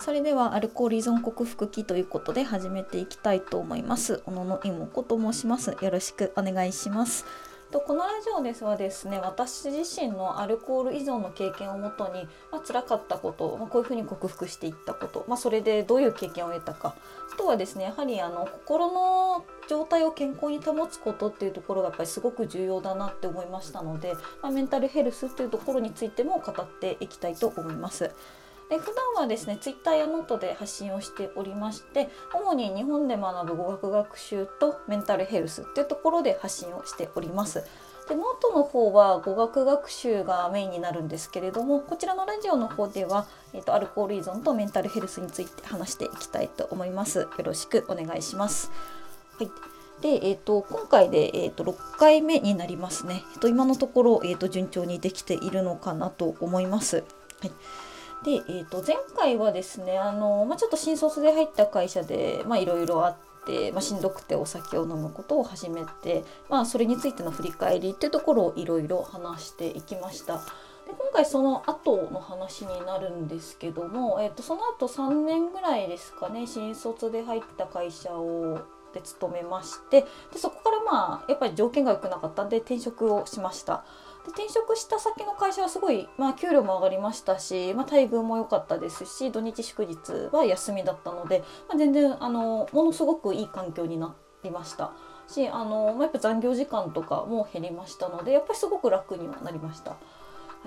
それではアルコール依存克服期ということで始めていきたいと思います。小野の妹子と申します。よろしくお願いします。このラジオですはですね、私自身のアルコール依存の経験をもとに、辛かったこと、こういうふうに克服していったこと、それでどういう経験を得たか、あとはですね、やはり心の状態を健康に保つことっていうところがやっぱりすごく重要だなって思いましたので、メンタルヘルスっていうところについても語っていきたいと思います。普段はですね、ツイッターやノートで発信をしておりまして、主に日本で学ぶ語学学習とメンタルヘルスっていうところで発信をしております。でノートの方は語学学習がメインになるんですけれども、こちらのラジオの方では、アルコール依存とメンタルヘルスについて話していきたいと思います。よろしくお願いします。はい。で、今回で、6回目になりますね。今のところ、順調にできているのかなと思います。はい。で、前回はですね、ちょっと新卒で入った会社でいろいろあって、しんどくてお酒を飲むことを始めて、それについての振り返りっていうところをいろいろ話していきました。で今回その後の話になるんですけども、その後3年ぐらいですかね、新卒で入った会社で勤めまして、でそこからやっぱり条件が良くなかったんで転職をしました。で転職した先の会社はすごい、給料も上がりましたし、待遇も良かったですし、土日祝日は休みだったので、全然ものすごくいい環境になりましたし、やっぱ残業時間とかも減りましたので、やっぱりすごく楽にはなりました。はい。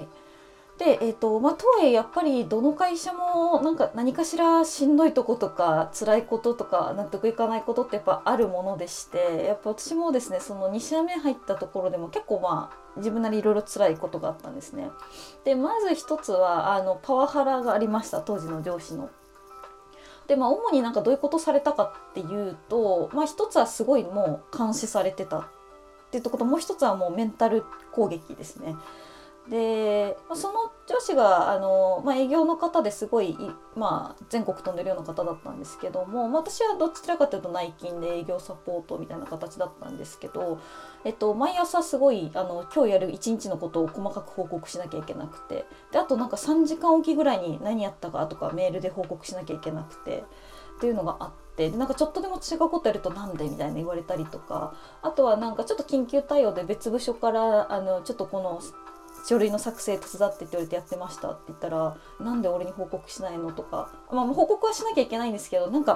で、とはいえやっぱりどの会社も何かしらしんどいとことか辛いこととか納得いかないことってやっぱあるものでして、やっぱ私もですね、その2社目入ったところでも結構自分なりいろいろ辛いことがあったんですね。でまず一つはパワハラがありました、当時の上司の。で主にどういうことされたかっていうと、一つはすごいもう監視されてたっていうところと、もう一つはもうメンタル攻撃ですね。でその上司が営業の方ですごい、全国飛んでるような方だったんですけども、私はどちらかというと内勤で営業サポートみたいな形だったんですけど、毎朝すごい今日やる一日のことを細かく報告しなきゃいけなくて、であと3時間おきぐらいに何やったかとかメールで報告しなきゃいけなくてっていうのがあって、でちょっとでも違うことやるとなんでみたいな言われたりとか、あとはちょっと緊急対応で別部署からちょっとこの書類の作成手伝ってって言われてやってましたって言ったら、なんで俺に報告しないのとか、報告はしなきゃいけないんですけど、そういう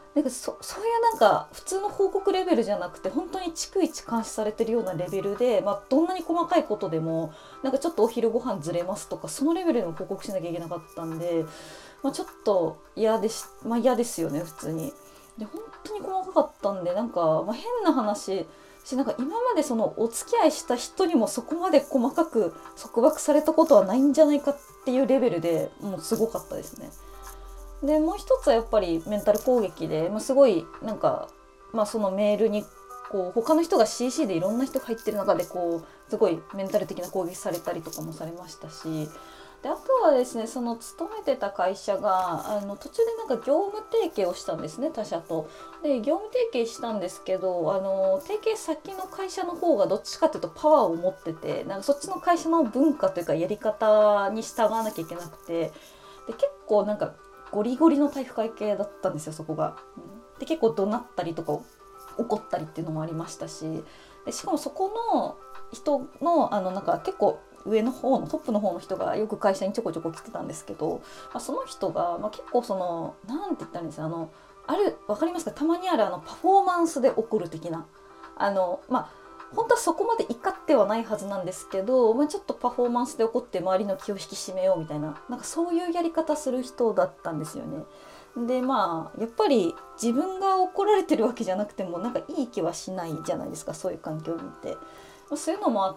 普通の報告レベルじゃなくて、本当に逐一監視されてるようなレベルで、どんなに細かいことでもちょっとお昼ご飯ずれますとか、そのレベルでも報告しなきゃいけなかったんで、ちょっと嫌ですよね普通に。で本当に細かかったんで、変な話今までそのお付き合いした人にもそこまで細かく束縛されたことはないんじゃないかっていうレベルでもうすごかったですね。でもう一つはやっぱりメンタル攻撃で、すごいそのメールに他の人が CC でいろんな人が入ってる中ですごいメンタル的な攻撃されたりとかもされましたし、であとはですね、その勤めてた会社が途中で業務提携をしたんですね、他社と。で業務提携したんですけど、提携先の会社の方がどっちかというとパワーを持ってて、そっちの会社の文化というかやり方に従わなきゃいけなくて、で結構ゴリゴリの体育会系だったんですよ、そこが。で結構怒鳴ったりとか怒ったりっていうのもありましたし、でしかもそこの人の結構上の方のトップの方の人がよく会社にちょこちょこ来てたんですけど、その人が、結構なんて言ったらいいんですか、分かりますか、たまにあるパフォーマンスで怒る的な、本当はそこまで怒ってはないはずなんですけど、ちょっとパフォーマンスで怒って周りの気を引き締めようみたいな、そういうやり方する人だったんですよね。でやっぱり自分が怒られてるわけじゃなくてもいい気はしないじゃないですか、そういう環境を見て。そういうのもあって、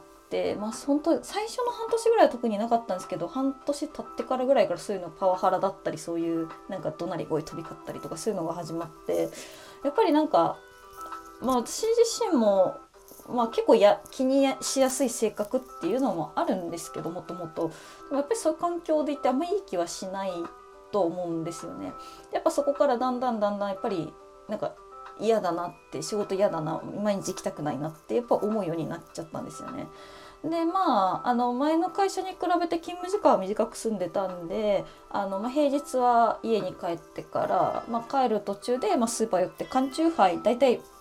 本当最初の半年ぐらいは特になかったんですけど、半年経ってからぐらいからそういうのパワハラだったり、そういう怒鳴り声飛び交ったりとかそういうのが始まって、やっぱり私自身も結構気にしやすい性格っていうのもあるんですけど、もともとでもやっぱりそういう環境でいてあんまりいい気はしないと思うんですよね。やっぱそこからだんだんやっぱり嫌だなって、仕事嫌だな、毎日行きたくないなってやっぱ思うようになっちゃったんですよね。 で前の会社に比べて勤務時間は短く済んでたんで平日は家に帰ってから、帰る途中で、スーパー寄って缶チューハイだいたい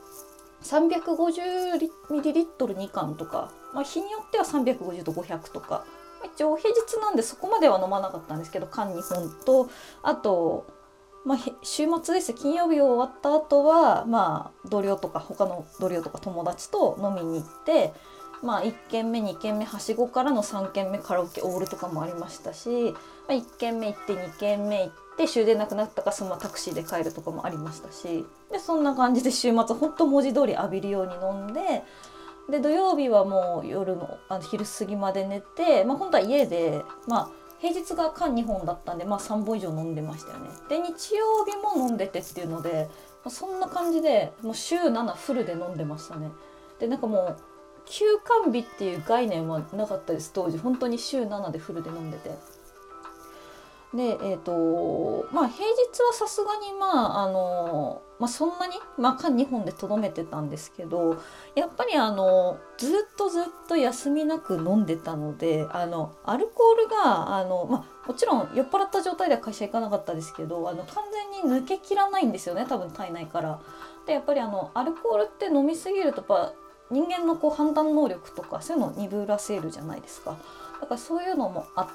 350ml 2缶とか、日によっては350と500とか、一応平日なんでそこまでは飲まなかったんですけど缶2本と、あと、週末です。金曜日終わった後は同僚とか他の同僚とか友達と飲みに行って、1軒目2軒目はしごからの3軒目カラオケオールとかもありましたし、1軒目行って2軒目行って終電なくなったからそのままタクシーで帰るとかもありましたし、でそんな感じで週末ほんと文字通り浴びるように飲んで、で土曜日はもう夜の昼過ぎまで寝て、本当は家で平日が缶2本だったんで、3本以上飲んでましたよね。で日曜日も飲んでてっていうので、そんな感じでもう週7フルで飲んでましたね。でもう休館日っていう概念はなかったです当時。本当に週7でフルで飲んでて、で平日はさすがにそんなに缶2本でとどめてたんですけど、やっぱりずっと休みなく飲んでたのでアルコールがもちろん酔っ払った状態では会社行かなかったですけど完全に抜けきらないんですよね、多分体内から。でやっぱりアルコールって飲みすぎると人間の判断能力とかそういうのを鈍らせるじゃないですか。だからそういうのもあって、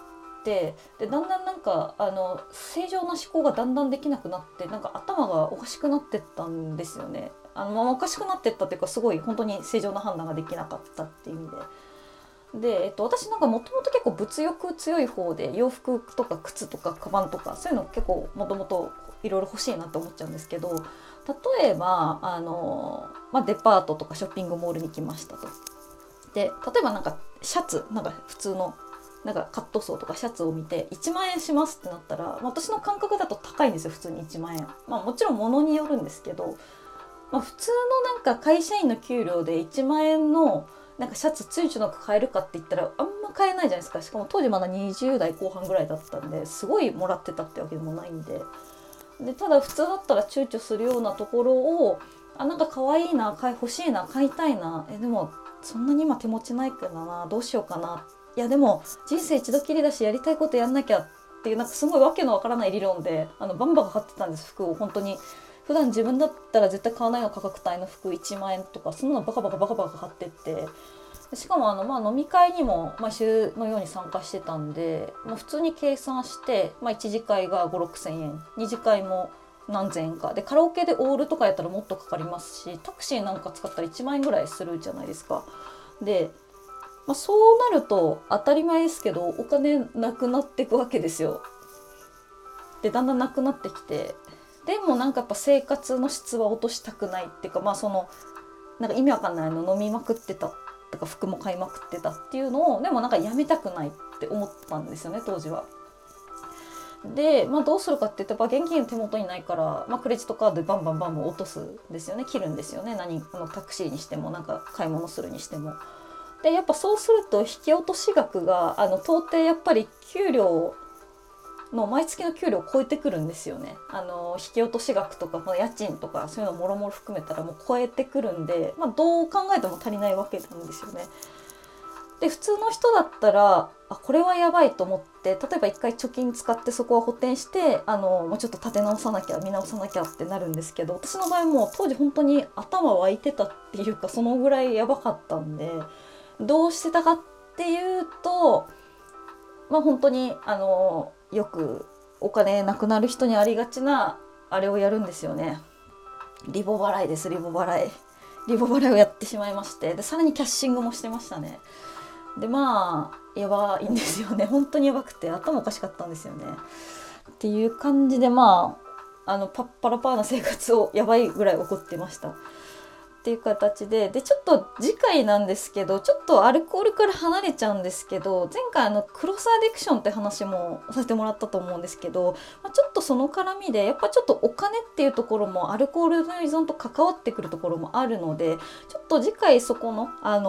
でだんだん正常な思考がだんだんできなくなって、頭がおかしくなってったんですよね。おかしくなってったっていうか、すごい本当に正常な判断ができなかったっていう意味で。で、私もともと結構物欲強い方で、洋服とか靴とかカバンとかそういうの結構もともといろいろ欲しいなって思っちゃうんですけど、例えばデパートとかショッピングモールに来ましたと。で例えばシャツ普通のカットソーとかシャツを見て1万円しますってなったら、私の感覚だと高いんですよ、普通に1万円。もちろん物によるんですけど、普通の会社員の給料で1万円のシャツつゆちゅなく買えるかって言ったらあんま買えないじゃないですか。しかも当時まだ20代後半ぐらいだったんで、すごいもらってたってわけでもないんで。でただ普通だったら躊躇するようなところを可愛いな、欲しいな、買いたいな、でもそんなに今手持ちないからな、どうしようかな、いやでも人生一度きりだしやりたいことやんなきゃっていうすごいわけのわからない理論でバンバン買ってたんです、服を。本当に普段自分だったら絶対買わないような価格帯の服1万円とかそんなのバカバカ買ってって、しかも飲み会にも毎週のように参加してたんで、もう普通に計算して、1次会が5、6千円、2次会も何千円かで、カラオケでオールとかやったらもっとかかりますし、タクシーなんか使ったら1万円ぐらいするじゃないですか。で、そうなると当たり前ですけどお金なくなっていくわけですよ。でだんだんなくなってきて、でもやっぱ生活の質は落としたくないっていうか、意味わかんないの飲みまくってたとか服も買いまくってたっていうのをでもやめたくないって思ったんですよね、当時は。で、どうするかって言って現金手元にないから、クレジットカードでバンバン落とすんですよね、切るんですよね。タクシーにしても買い物するにしても。でやっぱそうすると引き落とし額が到底やっぱり給料の毎月の給料を超えてくるんですよね。引き落とし額とか家賃とかそういうのもろもろ含めたらもう超えてくるんで、どう考えても足りないわけなんですよね。で普通の人だったらこれはやばいと思って、例えば一回貯金使ってそこは補填してもうちょっと立て直さなきゃ見直さなきゃってなるんですけど、私の場合も当時本当に頭湧いてたっていうか、そのぐらいやばかったんで、どうしてたかっていうと、本当によくお金なくなる人にありがちなあれをやるんですよね。リボ払いです。リボ払いをやってしまいまして、でさらにキャッシングもしてましたね。でやばいんですよね。本当にやばくて頭おかしかったんですよね。っていう感じでパッパラパーな生活をやばいぐらい起こってましたっていう形で、ちょっと次回なんですけど、ちょっとアルコールから離れちゃうんですけど、前回クロスアディクションって話もさせてもらったと思うんですけど、ちょっとその絡みでやっぱちょっとお金っていうところもアルコールの依存と関わってくるところもあるので、ちょっと次回そこの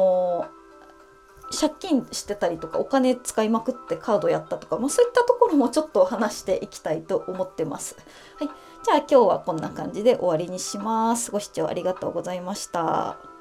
借金してたりとかお金使いまくってカードやったとか、そういったところもちょっと話していきたいと思ってます。はい、じゃあ今日はこんな感じで終わりにします。ご視聴ありがとうございました。